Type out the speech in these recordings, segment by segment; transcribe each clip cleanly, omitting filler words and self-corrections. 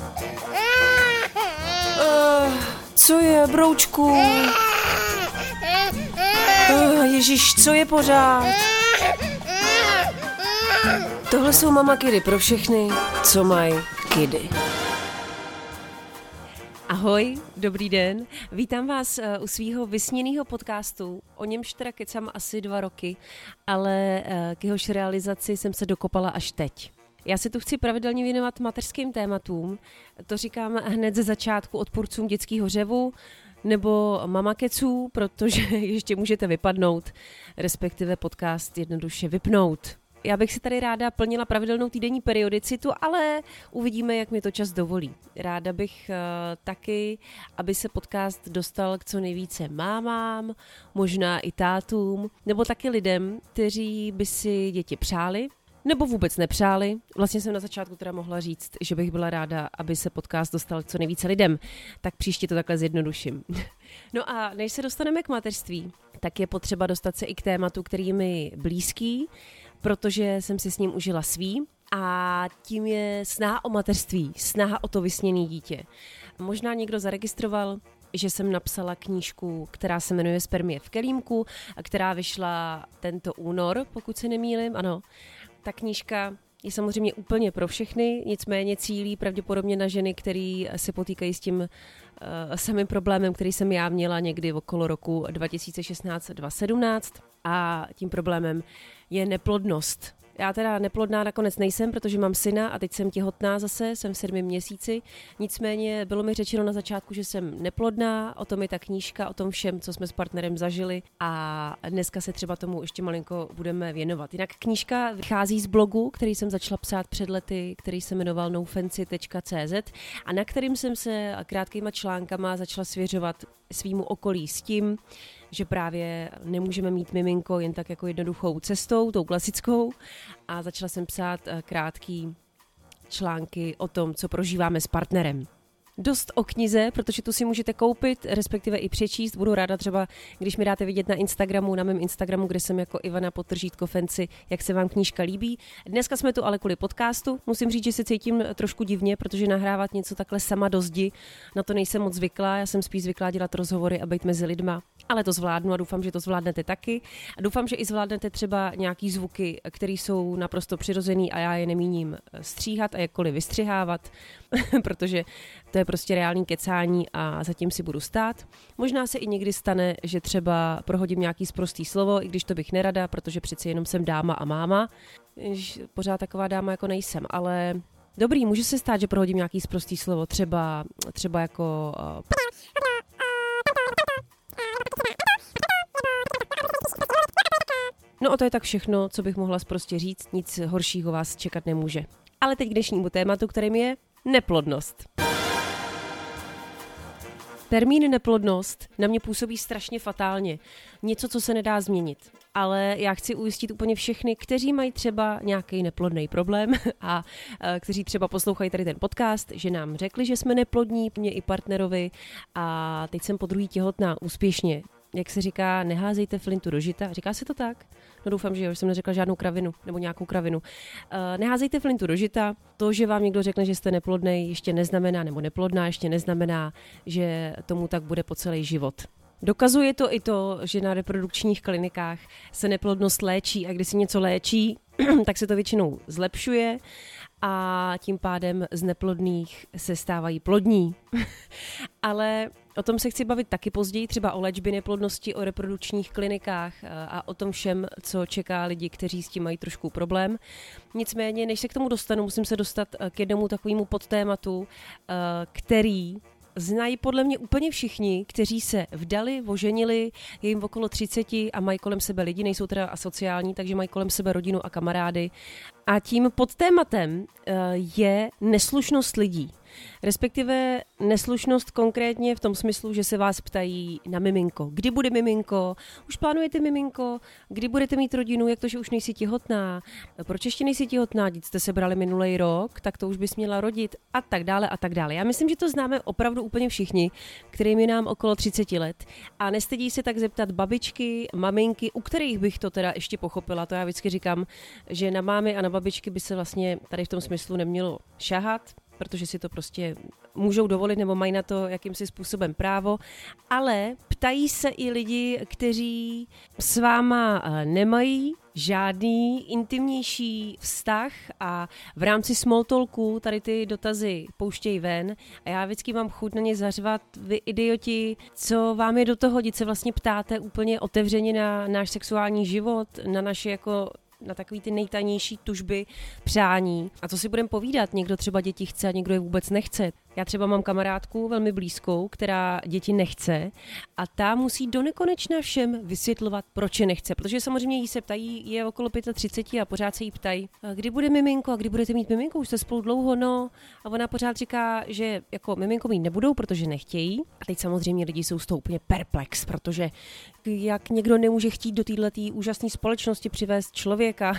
Co je, broučku? Ježiš, co je pořád? Tohle jsou Mama Kidy pro všechny, co mají kidy. Ahoj, dobrý den. Vítám vás u svýho vysněného podcastu, o němž teda kecám asi 2 roky, ale k jehož realizaci jsem se dokopala až teď. Já se tu chci pravidelně věnovat mateřským tématům, to říkám hned ze začátku odpůrcům dětského řevu nebo mamakeců, protože ještě můžete vypadnout, respektive podcast jednoduše vypnout. Já bych si tady ráda plnila pravidelnou týdenní periodicitu, ale uvidíme, jak mi to čas dovolí. Ráda bych taky, aby se podcast dostal k co nejvíce mámám, možná i tátům, nebo taky lidem, kteří by si děti přáli, nebo vůbec nepřáli. Vlastně jsem na začátku teda mohla říct, že bych byla ráda, aby se podcast dostal k co nejvíce lidem. Tak příště to takhle zjednoduším. No a než se dostaneme k mateřství, tak je potřeba dostat se i k tématu, který je mi blízký, protože jsem si s ním užila svý a tím je snaha o mateřství, snaha o to vysněné dítě. Možná někdo zaregistroval, že jsem napsala knížku, která se jmenuje Spermie v kelímku a která vyšla tento únor, pokud se nemýlim, ano. Ta knížka je samozřejmě úplně pro všechny, nicméně cílí pravděpodobně na ženy, které se potýkají s tím samým problémem, který jsem já měla někdy okolo roku 2016-2017 a tím problémem je neplodnost. Já teda neplodná nakonec nejsem, protože mám syna a teď jsem těhotná zase, jsem v 7 měsíci. Nicméně bylo mi řečeno na začátku, že jsem neplodná, o tom je ta knížka, o tom všem, co jsme s partnerem zažili a dneska se třeba tomu ještě malinko budeme věnovat. Jinak knížka vychází z blogu, který jsem začala psát před lety, který se jmenoval nofancy.cz a na kterým jsem se krátkýma článkama začala svěřovat svýmu okolí s tím, že právě nemůžeme mít miminko jen tak jako jednoduchou cestou, tou klasickou. A začala jsem psát krátký články o tom, co prožíváme s partnerem. Dost o knize, protože tu si můžete koupit, respektive i přečíst. Budu ráda třeba, když mi dáte vidět na Instagramu, na mém Instagramu, kde jsem jako Ivana_Fancy, jak se vám knížka líbí. Dneska jsme tu ale kvůli podcastu. Musím říct, že se cítím trošku divně, protože nahrávat něco takhle sama do zdi, na to nejsem moc zvyklá. Já jsem spíš zvyklá dělat rozhovory a být mezi lidma. Ale to zvládnu a doufám, že to zvládnete taky. A doufám, že i zvládnete třeba nějaký zvuky, které jsou naprosto přirozený a já je nemíním stříhat a jakkoliv vystřihávat, protože to je prostě reálný kecání a zatím si budu stát. Možná se i někdy stane, že třeba prohodím nějaký sprostý slovo, i když to bych nerada, protože přeci jenom jsem dáma a máma. Pořád taková dáma jako nejsem, ale dobrý, může se stát, že prohodím nějaký sprostý slovo, třeba jako No a to je tak všechno, co bych mohla sprostě říct, nic horšího vás čekat nemůže. Ale teď k dnešnímu tématu, kterým je neplodnost. Termín neplodnost na mě působí strašně fatálně. Něco, co se nedá změnit. Ale já chci ujistit úplně všechny, kteří mají třeba nějaký neplodný problém a kteří třeba poslouchají tady ten podcast, že nám řekli, že jsme neplodní, mě i partnerovi a teď jsem po druhý těhotná úspěšně. Jak se říká, neházejte flintu do žita. Říká se to tak? No doufám, že už jsem neřekla žádnou kravinu, nebo nějakou kravinu. Neházejte flintu do žita. To, že vám někdo řekne, že jste neplodnej, ještě neznamená, nebo neplodná, ještě neznamená, že tomu tak bude po celý život. Dokazuje to i to, že na reprodukčních klinikách se neplodnost léčí a když se něco léčí, tak se to většinou zlepšuje a tím pádem z neplodných se stávají plodní. Ale o tom se chci bavit taky později, třeba o léčbě neplodnosti, o reprodukčních klinikách a o tom všem, co čeká lidi, kteří s tím mají trošku problém. Nicméně, než se k tomu dostanu, musím se dostat k jednomu takovému podtématu, který znají podle mě úplně všichni, kteří se vdali, oženili, je jim okolo 30 a mají kolem sebe lidi, nejsou teda asociální, takže mají kolem sebe rodinu a kamarády. A tím podtématem je neslušnost lidí. Respektive neslušnost konkrétně v tom smyslu, že se vás ptají na miminko. Kdy bude miminko? Už plánujete miminko? Kdy budete mít rodinu? Jak to, že už nejsi těhotná? Proč ještě nejsi těhotná? Když jste se brali minulý rok, tak to už bys měla rodit a tak dále a tak dále. Já myslím, že to známe opravdu úplně všichni, kterým je nám okolo 30 let. A nestydí se tak zeptat babičky, maminky, u kterých bych to teda ještě pochopila. To já vždycky říkám, že na mámy a na babičky by se vlastně tady v tom smyslu nemělo šahat. protože si to prostě můžou dovolit nebo mají na to jakýmsi způsobem právo, ale ptají se i lidi, kteří s váma nemají žádný intimnější vztah a v rámci small talku tady ty dotazy pouštějí ven a já vždycky mám chuť na ně zařvat, vy idioti, co vám je do toho, když se vlastně ptáte úplně otevřeně na náš sexuální život, na naše jako na takový ty nejtajnější tužby, přání. A co si budeme povídat? Někdo třeba děti chce a někdo je vůbec nechce. Já třeba mám kamarádku velmi blízkou, která děti nechce a ta musí donekonečna všem vysvětlovat, proč je nechce. Protože samozřejmě jí se ptají, je okolo 35 a pořád se jí ptají, kdy bude miminko a kdy budete mít miminko, už jste spolu dlouho, no. A ona pořád říká, že jako miminko mít nebudou, protože nechtějí. A teď samozřejmě lidi jsou z toho úplně perplex, protože jak někdo nemůže chtít do této úžasné společnosti přivést člověka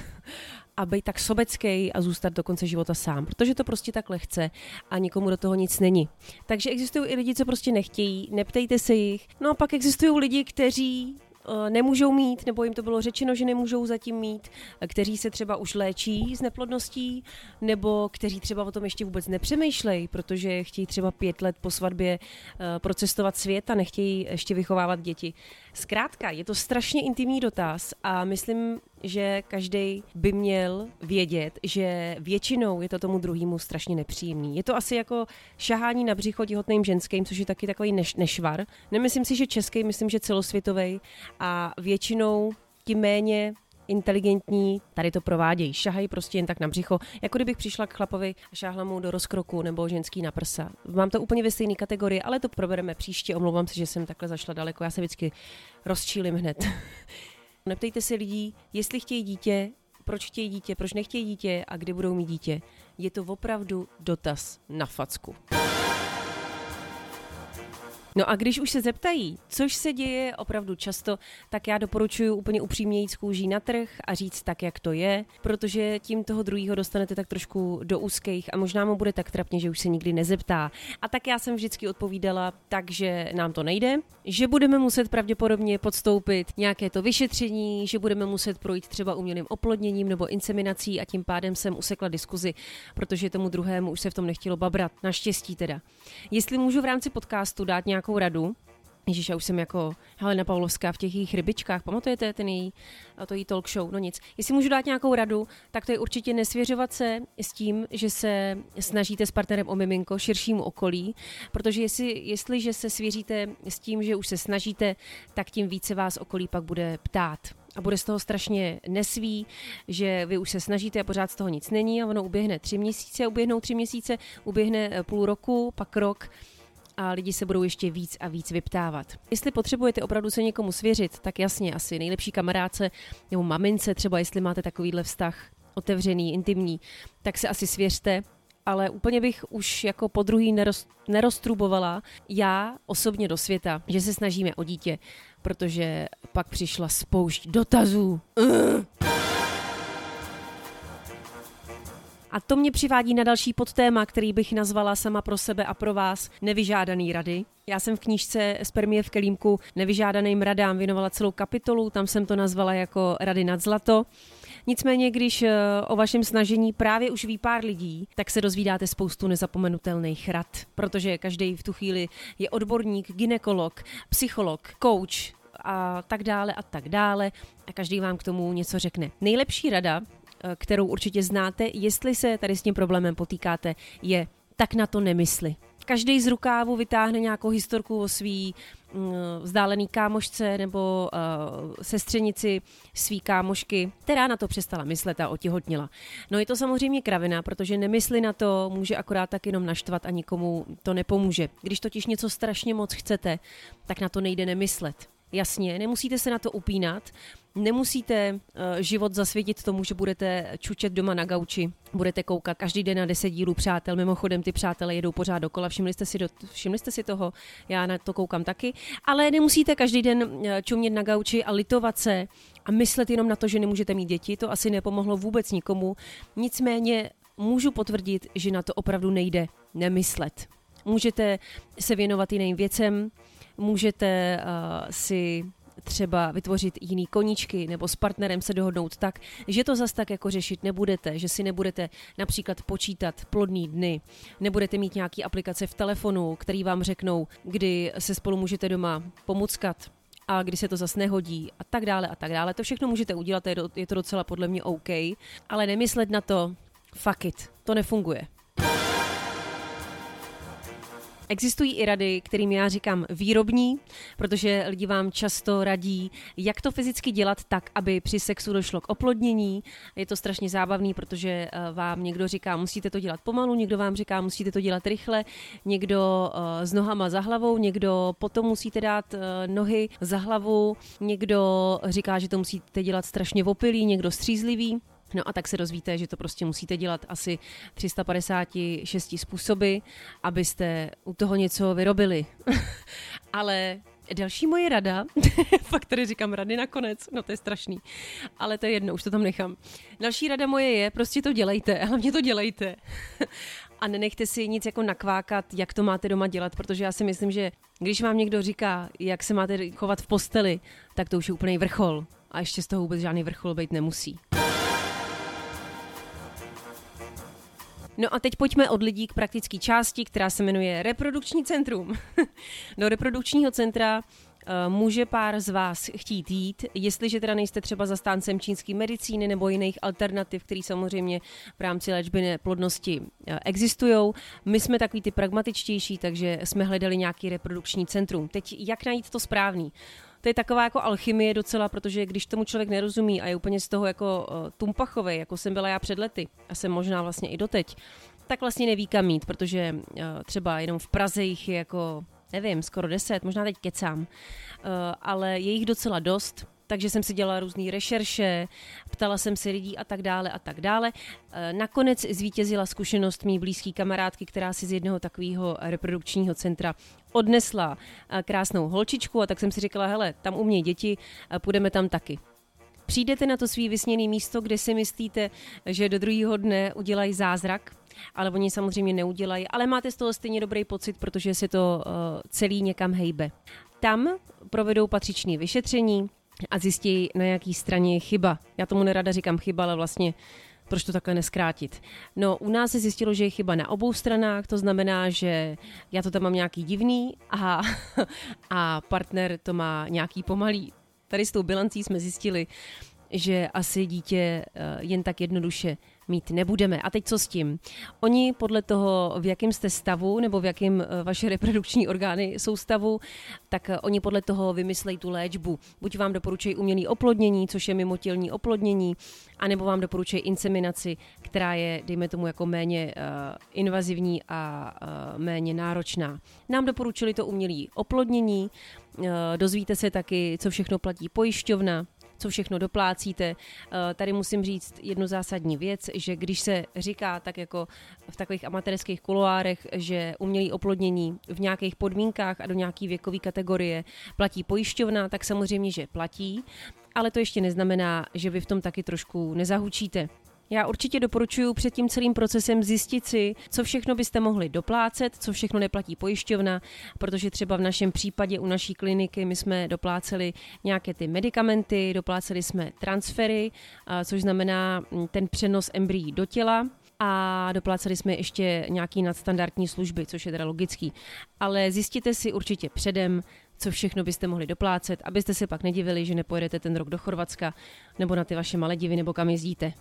a být tak sobecký a zůstat do konce života sám, protože to prostě takhle chce a nikomu do toho nic není. Takže existují i lidi, co prostě nechtějí, neptejte se jich. No a pak existují lidi, kteří nemůžou mít, nebo jim to bylo řečeno, že nemůžou zatím mít, kteří se třeba už léčí s neplodností, nebo kteří třeba o tom ještě vůbec nepřemýšlejí, protože chtějí třeba 5 let po svatbě procestovat svět a nechtějí ještě vychovávat děti. Zkrátka, je to strašně intimní dotaz a myslím, že každý by měl vědět, že většinou je to tomu druhému strašně nepříjemný. Je to asi jako šahání na břicho těhotným ženským, což je taky takový nešvar. Nemyslím si, že český, myslím, že celosvětový a většinou tím méně inteligentní tady to provádějí. Šahají prostě jen tak na břicho, jako kdybych přišla k chlapovi a šáhla mu do rozkroku nebo ženský na prsa. Mám to úplně ve stejné kategorii, ale to probereme příště. Omlouvám se, že jsem takhle zašla daleko. Já se vždycky rozčílim hned. Neptejte se lidí, jestli chtějí dítě, proč nechtějí dítě a kdy budou mít dítě. Je to opravdu dotaz na facku. No a když už se zeptají, což se děje opravdu často, tak já doporučuji úplně upřímně jít s kůží na trh a říct tak, jak to je, protože tím toho druhýho dostanete tak trošku do úzkých a možná mu bude tak trapně, že už se nikdy nezeptá. A tak já jsem vždycky odpovídala tak, že nám to nejde, že budeme muset pravděpodobně podstoupit nějaké to vyšetření, že budeme muset projít třeba umělým oplodněním nebo inseminací a tím pádem jsem usekla diskuzi, protože tomu druhému už se v tom nechtělo babrat. Naštěstí teda. Jestli můžu v rámci podcastu dát nějakou radu. Ježiš, já už jsem jako Helena Pavlovská v těch jejich rybičkách, pamatujete ten její talk show, no nic. Jestli můžu dát nějakou radu, tak to je určitě nesvěřovat se s tím, že se snažíte s partnerem o miminko širšímu okolí, protože jestliže se svěříte s tím, že už se snažíte, tak tím více vás okolí pak bude ptát. A bude z toho strašně nesví, že vy už se snažíte a pořád z toho nic není a ono uběhne 3 měsíce, uběhne půl roku, pak rok a lidi se budou ještě víc a víc vyptávat. Jestli potřebujete opravdu se někomu svěřit, tak jasně asi nejlepší kamarádce nebo mamince, třeba jestli máte takovýhle vztah otevřený, intimní, tak se asi svěřte, ale úplně bych už jako podruhý neroztrubovala já osobně do světa, že se snažíme o dítě, protože pak přišla spoušť dotazů. A to mě přivádí na další podtéma, který bych nazvala sama pro sebe a pro vás nevyžádaný rady. Já jsem v knížce Spermie v kelímku nevyžádaným radám věnovala celou kapitolu, tam jsem to nazvala jako rady nad zlato. Nicméně, když o vašem snažení právě už ví pár lidí, tak se dozvídáte spoustu nezapomenutelných rad, protože každý v tu chvíli je odborník, gynekolog, psycholog, coach a tak dále a každý vám k tomu něco řekne. Nejlepší rada, kterou určitě znáte, jestli se tady s tím problémem potýkáte, je tak na to nemysli. Každý z rukávu vytáhne nějakou historku o svý vzdálený kámošce nebo sestřenici svý kámošky, která na to přestala myslet a otěhotněla. No je to samozřejmě kravina, protože nemysli na to může akorát tak jenom naštvat a nikomu to nepomůže. Když totiž něco strašně moc chcete, tak na to nejde nemyslet. Jasně, nemusíte se na to upínat, nemusíte život zasvětit tomu, že budete čučet doma na gauči, budete koukat každý den na 10 dílů Přátel, mimochodem ty přátelé jedou pořád dokola, všimli jste si toho, já na to koukám taky, ale nemusíte každý den čumět na gauči a litovat se a myslet jenom na to, že nemůžete mít děti, to asi nepomohlo vůbec nikomu, nicméně můžu potvrdit, že na to opravdu nejde nemyslet. Můžete se věnovat jiným věcem, můžete si třeba vytvořit jiný koníčky nebo s partnerem se dohodnout tak, že to zas tak jako řešit nebudete, že si nebudete například počítat plodný dny, nebudete mít nějaký aplikace v telefonu, který vám řeknou, kdy se spolu můžete doma pomuckat a kdy se to zas nehodí a tak dále a tak dále. To všechno můžete udělat, je to docela podle mě OK, ale nemyslet na to, fuck it, to nefunguje. Existují i rady, kterým já říkám výrobní, protože lidi vám často radí, jak to fyzicky dělat tak, aby při sexu došlo k oplodnění. Je to strašně zábavný, protože vám někdo říká, musíte to dělat pomalu, někdo vám říká, musíte to dělat rychle, někdo s nohama za hlavou, někdo potom musíte dát nohy za hlavu, někdo říká, že to musíte dělat strašně opilý, někdo střízlivý. No a tak se dozvíte, že to prostě musíte dělat asi 356 způsoby, abyste u toho něco vyrobili. Ale další moje rada, fakt tady říkám rady nakonec, no to je strašný, ale to je jedno, už to tam nechám. Další rada moje je, prostě to dělejte, hlavně to dělejte. A nenechte si nic jako nakvákat, jak to máte doma dělat, protože já si myslím, že když vám někdo říká, jak se máte chovat v posteli, tak to už je úplný vrchol. A ještě z toho vůbec žádný vrchol být nemusí. No a teď pojďme od lidí k praktické části, která se jmenuje reprodukční centrum. Do reprodukčního centra může pár z vás chtít jít, jestliže teda nejste třeba zastáncem čínské medicíny nebo jiných alternativ, které samozřejmě v rámci léčby neplodnosti existují. My jsme takový ty pragmatičtější, takže jsme hledali nějaký reprodukční centrum. Teď jak najít to správný? To je taková jako alchymie docela, protože když tomu člověk nerozumí a je úplně z toho jako tumpachovej, jako jsem byla já před lety a jsem možná vlastně i doteď, tak vlastně neví kam jít, protože třeba jenom v Praze jich je jako, nevím, skoro 10, možná teď kecám, ale je jich docela dost, takže jsem si dělala různý rešerše, ptala jsem se lidí a tak dále a tak dále. Nakonec zvítězila zkušenost mý blízký kamarádky, která si z jednoho takového reprodukčního centra odnesla krásnou holčičku a tak jsem si říkala, hele, tam umějí děti, půjdeme tam taky. Přijdete na to svý vysněné místo, kde si myslíte, že do druhého dne udělají zázrak, ale oni samozřejmě neudělají, ale máte z toho stejně dobrý pocit, protože se to celý někam hejbe. Tam provedou patřičné vyšetření a zjistí, na jaký straně je chyba. Já tomu nerada říkám chyba, ale vlastně proč to takhle neskrátit. No, u nás se zjistilo, že je chyba na obou stranách, to znamená, že já to tam mám nějaký divný a partner to má nějaký pomalý. Tady s tou bilancí jsme zjistili, že asi dítě jen tak jednoduše mít nebudeme. A teď co s tím? Oni podle toho, v jakém jste stavu, nebo v jakém vaše reprodukční orgány jsou stavu, tak oni podle toho vymyslejí tu léčbu. Buď vám doporučují umělé oplodnění, což je mimotělní oplodnění, anebo vám doporučují inseminaci, která je, dejme tomu, jako méně invazivní a méně náročná. Nám doporučili to umělé oplodnění, dozvíte se taky, co všechno platí pojišťovna, co všechno doplácíte. Tady musím říct jednu zásadní věc, že když se říká tak jako v takových amatérských kuloárech, že umělé oplodnění v nějakých podmínkách a do nějaké věkové kategorie platí pojišťovna, tak samozřejmě, že platí, ale to ještě neznamená, že vy v tom taky trošku nezahučíte. Já určitě doporučuji před tím celým procesem zjistit si, co všechno byste mohli doplácet, co všechno neplatí pojišťovna, protože třeba v našem případě u naší kliniky my jsme dopláceli nějaké ty medikamenty, dopláceli jsme transfery, což znamená ten přenos embryí do těla, a dopláceli jsme ještě nějaký nadstandardní služby, což je teda logický. Ale zjistěte si určitě předem, co všechno byste mohli doplácet, abyste se pak nedivili, že nepojedete ten rok do Chorvatska nebo na ty vaše Maledivy nebo kam jezdíte.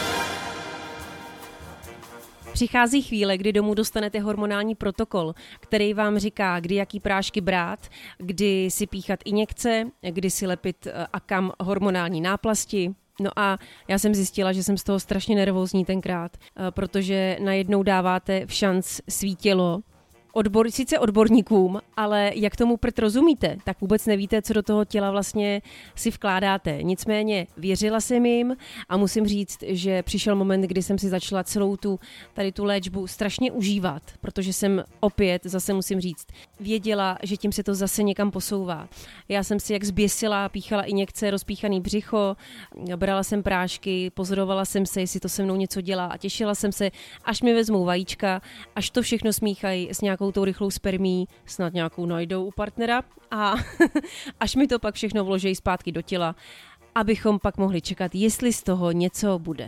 Přichází chvíle, kdy domů dostanete hormonální protokol, který vám říká, kdy jaký prášky brát, kdy si píchat injekce, kdy si lepit a kam hormonální náplasti. No a já jsem zjistila, že jsem z toho strašně nervózní tenkrát, protože najednou dáváte v šanc svý tělo, sice odborníkům, ale jak tomu prd rozumíte, tak vůbec nevíte, co do toho těla vlastně si vkládáte. Nicméně věřila jsem jim a musím říct, že přišel moment, kdy jsem si začala celou tu léčbu strašně užívat, protože jsem opět, zase musím říct, věděla, že tím se to zase někam posouvá. Já jsem si jak zběsila, píchala injekce, rozpíchaný břicho, brala jsem prášky, pozorovala jsem se, jestli to se mnou něco dělá a těšila jsem se, až mi vezmou vajíčka, až to všechno smíchají s nějakou takovou tou rychlou spermí snad nějakou najdou u partnera a až mi to pak všechno vloží zpátky do těla, abychom pak mohli čekat, jestli z toho něco bude.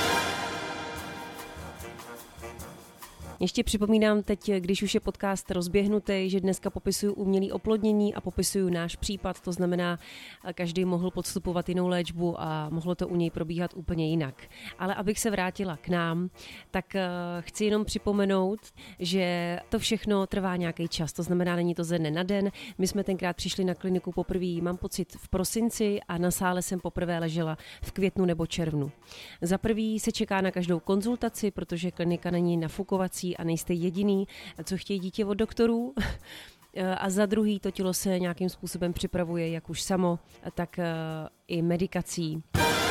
Ještě připomínám teď, když už je podcast rozběhnutý, že dneska popisuju umělé oplodnění a popisuju náš případ, to znamená, každý mohl podstupovat jinou léčbu a mohlo to u něj probíhat úplně jinak. Ale abych se vrátila k nám, tak chci jenom připomenout, že to všechno trvá nějaký čas, to znamená, není to ze dne na den. My jsme tenkrát přišli na kliniku poprvé, mám pocit, v prosinci a na sále jsem poprvé ležela v květnu nebo červnu. Za prvý se čeká na každou konzultaci, protože klinika není nafukovací a nejste jediný, co chtějí dítě od doktorů. A za druhý to tělo se nějakým způsobem připravuje, jak už samo, tak i medikací.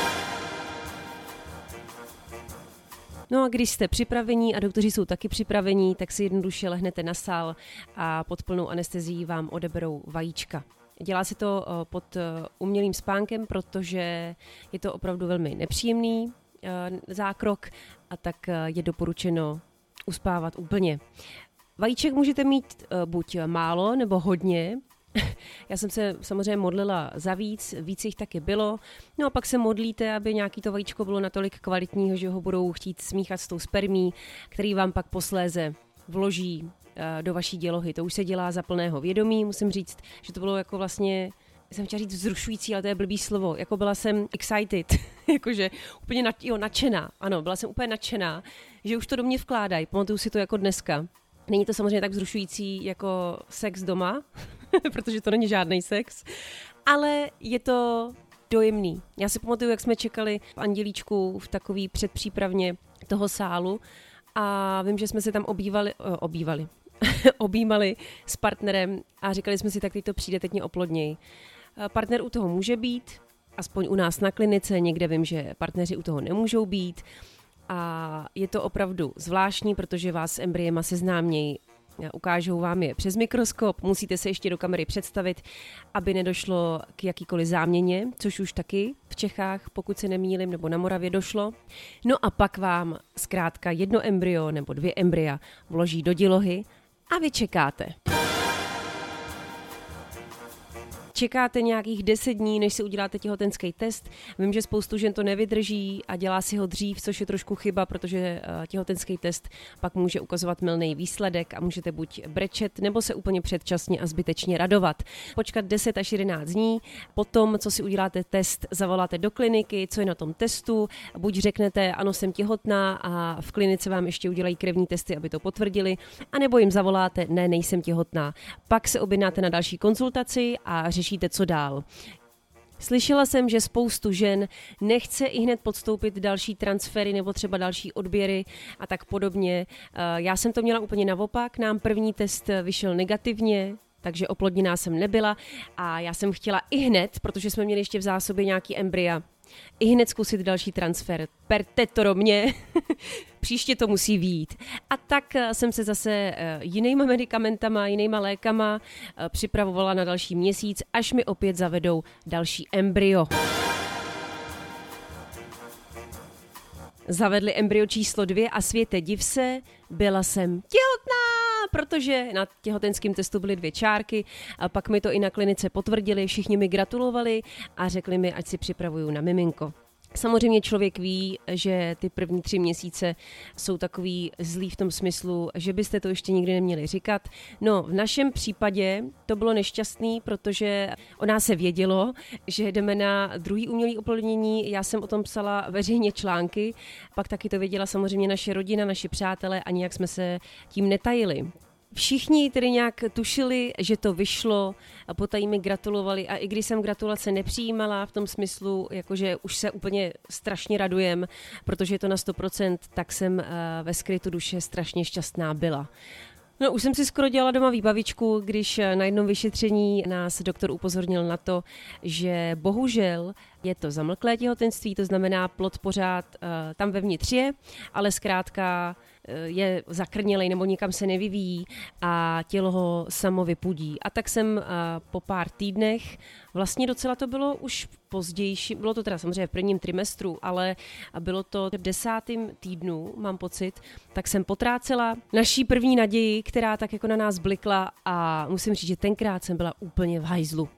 No a když jste připravení a doktoři jsou taky připravení, tak si jednoduše lehnete na sál a pod plnou anestezií vám odeberou vajíčka. Dělá se to pod umělým spánkem, protože je to opravdu velmi nepříjemný zákrok a tak je doporučeno uspávat úplně. Vajíček můžete mít buď málo nebo hodně. Já jsem se samozřejmě modlila za víc jich taky bylo. No a pak se modlíte, aby nějaký to vajíčko bylo natolik kvalitního, že ho budou chtít smíchat s tou spermí, který vám pak posléze vloží do vaší dělohy. To už se dělá za plného vědomí. Musím říct, že to bylo jako vlastně, jsem chtěla říct vzrušující, ale to je blbý slovo. Jako byla jsem excited, jakože úplně nadšená. Ano, byla jsem úplně nadšená, že už to do mě vkládají. Pamatuju si to jako dneska. Není to samozřejmě tak vzrušující jako sex doma, protože to není žádný sex, ale je to dojemný. Já si pamatuju, jak jsme čekali v Andělíčku v takový předpřípravně toho sálu a vím, že jsme se tam objímali s partnerem a říkali jsme si, tak teď to přijde, teď mě oplodněj. Partner u toho může být, aspoň u nás na klinice, někde vím, že partneři u toho nemůžou být a je to opravdu zvláštní, protože vás s embryema seznámějí, ukážou vám je přes mikroskop, musíte se ještě do kamery představit, aby nedošlo k jakýkoliv záměně, což už taky v Čechách, pokud se nemýlím, nebo na Moravě došlo. No a pak vám zkrátka 1 embryo nebo 2 embrya vloží do dělohy a vy čekáte. Čekáte nějakých 10 dní, než si uděláte těhotenský test. Vím, že spoustu žen to nevydrží a dělá si ho dřív, což je trošku chyba, protože těhotenský test pak může ukazovat mylný výsledek a můžete buď brečet, nebo se úplně předčasně a zbytečně radovat. Počkat 10 až 11 dní, potom, co si uděláte test, zavoláte do kliniky, co je na tom testu, buď řeknete, ano, jsem těhotná a v klinice vám ještě udělají krevní testy, aby to potvrdili, anebo jim zavoláte, ne, nejsem těhotná. Pak se objednáte na další konzultaci a řešíte, co dál. Slyšela jsem, že spoustu žen nechce ihned podstoupit další transfery nebo třeba další odběry a tak podobně. Já jsem to měla úplně naopak, nám první test vyšel negativně, takže oplodněná jsem nebyla a já jsem chtěla ihned, protože jsme měli ještě v zásobě nějaký embrya, ihned zkusit další transfer. Perte to do mě, příště to musí vyjít. A tak jsem se zase jinýma medicamentama, jinýma lékama připravovala na další měsíc, až mi opět zavedou další embryo. Zavedli embryo číslo 2 a světe div se, byla jsem těhotná, protože na těhotenském testu byly 2 čárky a pak mi to i na klinice potvrdili, všichni mi gratulovali a řekli mi, ať si připravuju na miminko. Samozřejmě člověk ví, že ty první 3 měsíce jsou takový zlý v tom smyslu, že byste to ještě nikdy neměli říkat. No, v našem případě to bylo nešťastný, protože o nás se vědělo, že jdeme na druhý umělý oplodnění. Já jsem o tom psala veřejně články, pak taky to věděla samozřejmě naše rodina, naši přátelé a nijak jsme se tím netajili. Všichni tedy nějak tušili, že to vyšlo a potají mi gratulovali a i když jsem gratulace nepřijímala v tom smyslu, jakože už se úplně strašně radujem, protože je to na 100%, tak jsem ve skrytu duše strašně šťastná byla. No, už jsem si skoro dělala doma výbavičku, když na jednom vyšetření nás doktor upozornil na to, že bohužel je to zamlklé těhotenství, to znamená plod pořád tam vevnitř je, ale zkrátka je zakrnělej nebo nikam se nevyvíjí a tělo ho samo vypudí. A tak jsem po pár týdnech, vlastně docela to bylo už pozdější, bylo to teda samozřejmě v prvním trimestru, ale bylo to v 10. týdnu, mám pocit, tak jsem potrácela naší první naději, která tak jako na nás blikla a musím říct, že tenkrát jsem byla úplně v hajzlu.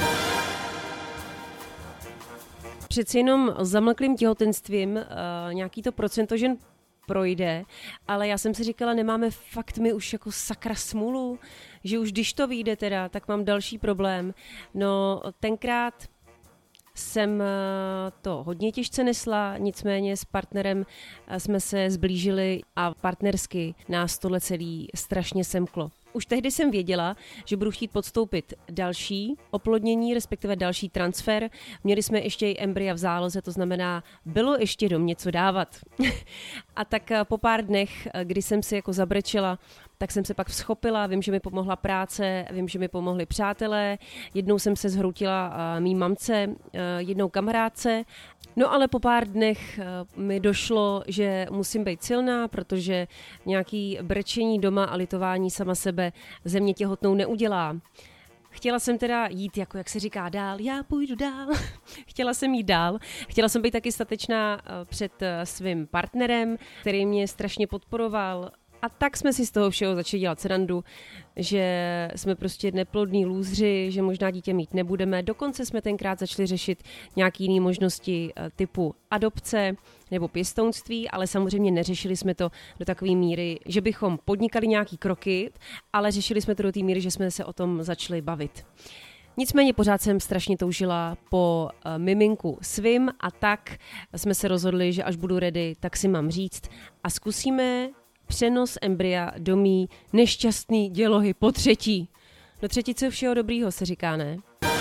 Přeci jenom zamlklým těhotenstvím nějaký to procento žen projde, ale já jsem si říkala, nemáme fakt my už jako sakra smůlu, že už když to vyjde teda, tak mám další problém. No tenkrát jsem to hodně těžce nesla, nicméně s partnerem jsme se zblížili a partnersky nás tohle celý strašně semklo. Už tehdy jsem věděla, že budu chtít podstoupit další oplodnění, respektive další transfer. Měli jsme ještě i embrya v záloze, to znamená, bylo ještě do mě co dávat. A tak po pár dnech, kdy jsem si jako zabrečela, tak jsem se pak vzchopila, vím, že mi pomohla práce, vím, že mi pomohli přátelé, jednou jsem se zhroutila mý mamce, jednou kamarádce. No ale po pár dnech mi došlo, že musím být silná, protože nějaký brečení doma a litování sama sebe ze mě těhotnou neudělá. Chtěla jsem teda jít, jako jak se říká, dál, já půjdu dál. Chtěla jsem jít dál. Chtěla jsem být taky statečná před svým partnerem, který mě strašně podporoval. A tak jsme si z toho všeho začali dělat srandu, že jsme prostě neplodní lůzři, že možná dítě mít nebudeme. Dokonce jsme tenkrát začali řešit nějaké jiné možnosti typu adopce nebo pěstounství, ale samozřejmě neřešili jsme to do takové míry, že bychom podnikali nějaké kroky, ale řešili jsme to do té míry, že jsme se o tom začali bavit. Nicméně pořád jsem strašně toužila po miminku svým a tak jsme se rozhodli, že až budu ready, tak si mám říct a zkusíme přenos embrya do mý nešťastný dělohy po třetí. Do třetice všeho dobrýho se říká, ne?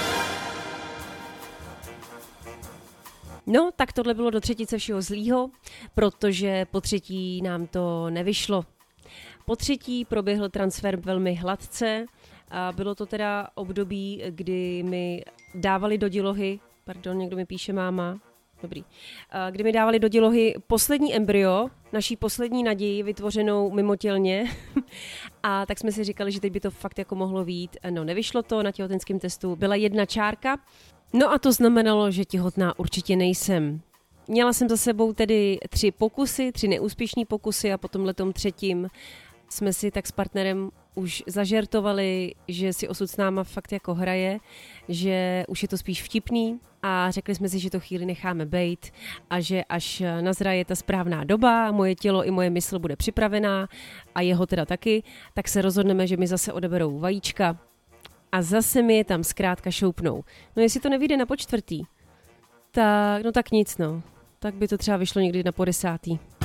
No, tak tohle bylo do třetice všeho zlýho, protože po třetí nám to nevyšlo. Po třetí proběhl transfer velmi hladce a bylo to teda období, kdy mi dávali do dělohy, někdo mi píše máma, dobrý, kdy mi dávali do dělohy poslední embryo, naší poslední naději vytvořenou mimotělně a tak jsme si říkali, že teď by to fakt jako mohlo vyjít. No nevyšlo to, na těhotenském testu byla 1 čárka, no a to znamenalo, že těhotná určitě nejsem. Měla jsem za sebou tedy 3 pokusy, 3 neúspěšný pokusy a po tomhletom třetím jsme si tak s partnerem už zažertovali, že si osud s náma fakt jako hraje, že už je to spíš vtipný a řekli jsme si, že to chvíli necháme bejt a že až nazraje ta správná doba, moje tělo i moje mysl bude připravená a jeho teda taky, tak se rozhodneme, že mi zase odeberou vajíčka a zase mi je tam zkrátka šoupnou. No jestli to nevyjde na počtvrtý, tak nic no, tak by to třeba vyšlo někdy na 10.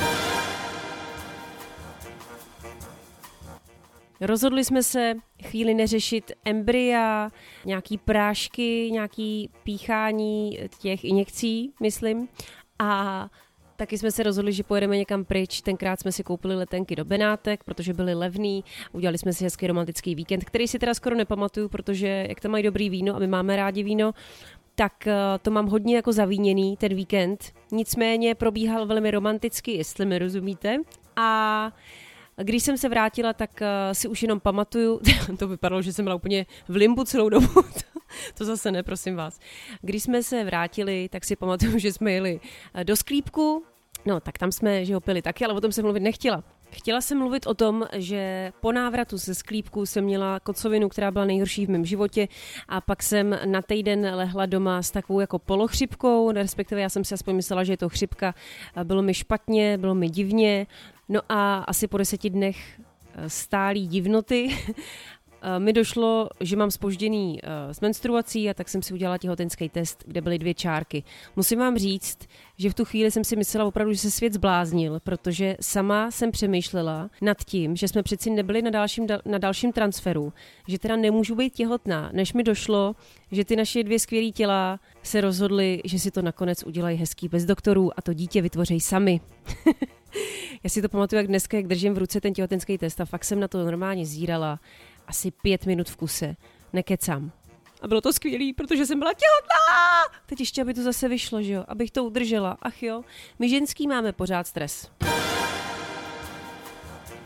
Rozhodli jsme se chvíli neřešit embrya, nějaký prášky, nějaký píchání těch injekcí, myslím. A taky jsme se rozhodli, že pojedeme někam pryč. Tenkrát jsme si koupili letenky do Benátek, protože byly levný. Udělali jsme si hezký romantický víkend, který si teda skoro nepamatuju, protože jak tam mají dobrý víno a my máme rádi víno, tak to mám hodně jako zavíněný ten víkend. Nicméně probíhal velmi romanticky, jestli mi rozumíte. A když jsem se vrátila, tak si už jenom pamatuju, to vypadalo, že jsem byla úplně v limbu celou dobu, to zase ne, prosím vás. Když jsme se vrátili, tak si pamatuju, že jsme jeli do sklípku, no tak tam jsme, že ho pili taky, ale o tom jsem mluvit nechtěla. Chtěla jsem mluvit o tom, že po návratu ze sklípku jsem měla kocovinu, která byla nejhorší v mém životě a pak jsem na týden lehla doma s takovou jako polochřipkou, respektive já jsem si aspoň myslela, že je to chřipka, bylo mi špatně, bylo mi divně, no a asi po 10 dnech stálý divnoty mi došlo, že mám zpožděný s menstruací a tak jsem si udělala těhotenský test, kde byly 2 čárky. Musím vám říct, že v tu chvíli jsem si myslela opravdu, že se svět zbláznil, protože sama jsem přemýšlela nad tím, že jsme přeci nebyli na dalším transferu, že teda nemůžu být těhotná, než mi došlo, že ty naše 2 skvělý těla se rozhodly, že si to nakonec udělají hezký bez doktorů a to dítě vytvoří sami. Já si to pamatuju, jak dneska, jak držím v ruce ten těhotenský test a fakt jsem na to normálně zírala asi 5 minut v kuse. Nekecám. A bylo to skvělý, protože jsem byla těhotná! Teď ještě, aby to zase vyšlo, že jo? Abych to udržela. Ach jo, my ženský máme pořád stres.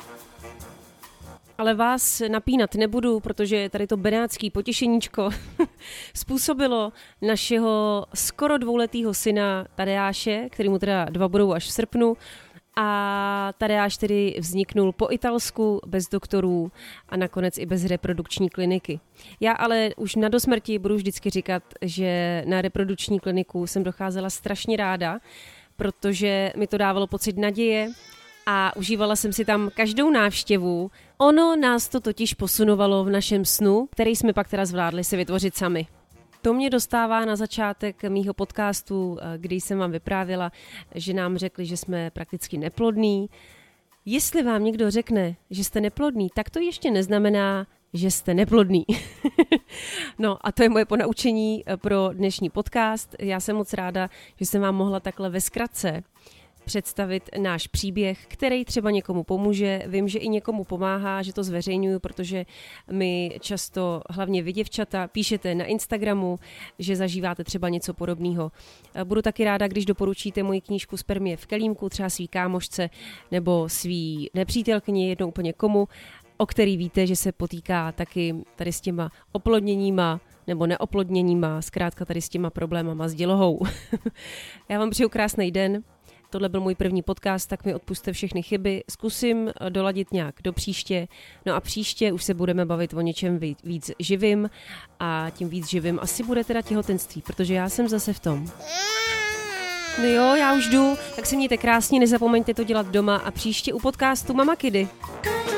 ale vás napínat nebudu, protože tady to benátský potěšeníčko způsobilo našeho skoro 2letého syna Tadeáše, který mu teda 2 budou až v srpnu. A Tadeáš tedy vzniknul po Italsku, bez doktorů a nakonec i bez reprodukční kliniky. Já ale už na dosmrti budu vždycky říkat, že na reprodukční kliniku jsem docházela strašně ráda, protože mi to dávalo pocit naděje a užívala jsem si tam každou návštěvu. Ono nás to totiž posunovalo v našem snu, který jsme pak teda zvládli si vytvořit sami. To mě dostává na začátek mýho podcastu, kdy jsem vám vyprávěla, že nám řekli, že jsme prakticky neplodní. Jestli vám někdo řekne, že jste neplodný, tak to ještě neznamená, že jste neplodný. No a to je moje ponaučení pro dnešní podcast. Já jsem moc ráda, že jsem vám mohla takhle ve zkratce představit náš příběh, který třeba někomu pomůže. Vím, že i někomu pomáhá, že to zveřejňuju, protože mi často, hlavně vy děvčata, píšete na Instagramu, že zažíváte třeba něco podobného. Budu taky ráda, když doporučíte moji knížku Spermie v kelímku, třeba svý kámošce nebo svý nepřítelkyni, jednou úplně komu, o který víte, že se potýká taky tady s těma oplodněníma nebo neoplodněníma, zkrátka tady s těma problémama s dělohou. Já vám přeju krásný den. Tohle byl můj první podcast, tak mi odpusťte všechny chyby. Zkusím doladit nějak do příště. No a příště už se budeme bavit o něčem víc živým a tím víc živým asi bude teda těhotenství, protože já jsem zase v tom. No jo, já už jdu, tak se mějte krásně, nezapomeňte to dělat doma a příště u podcastu Mama Kiddy.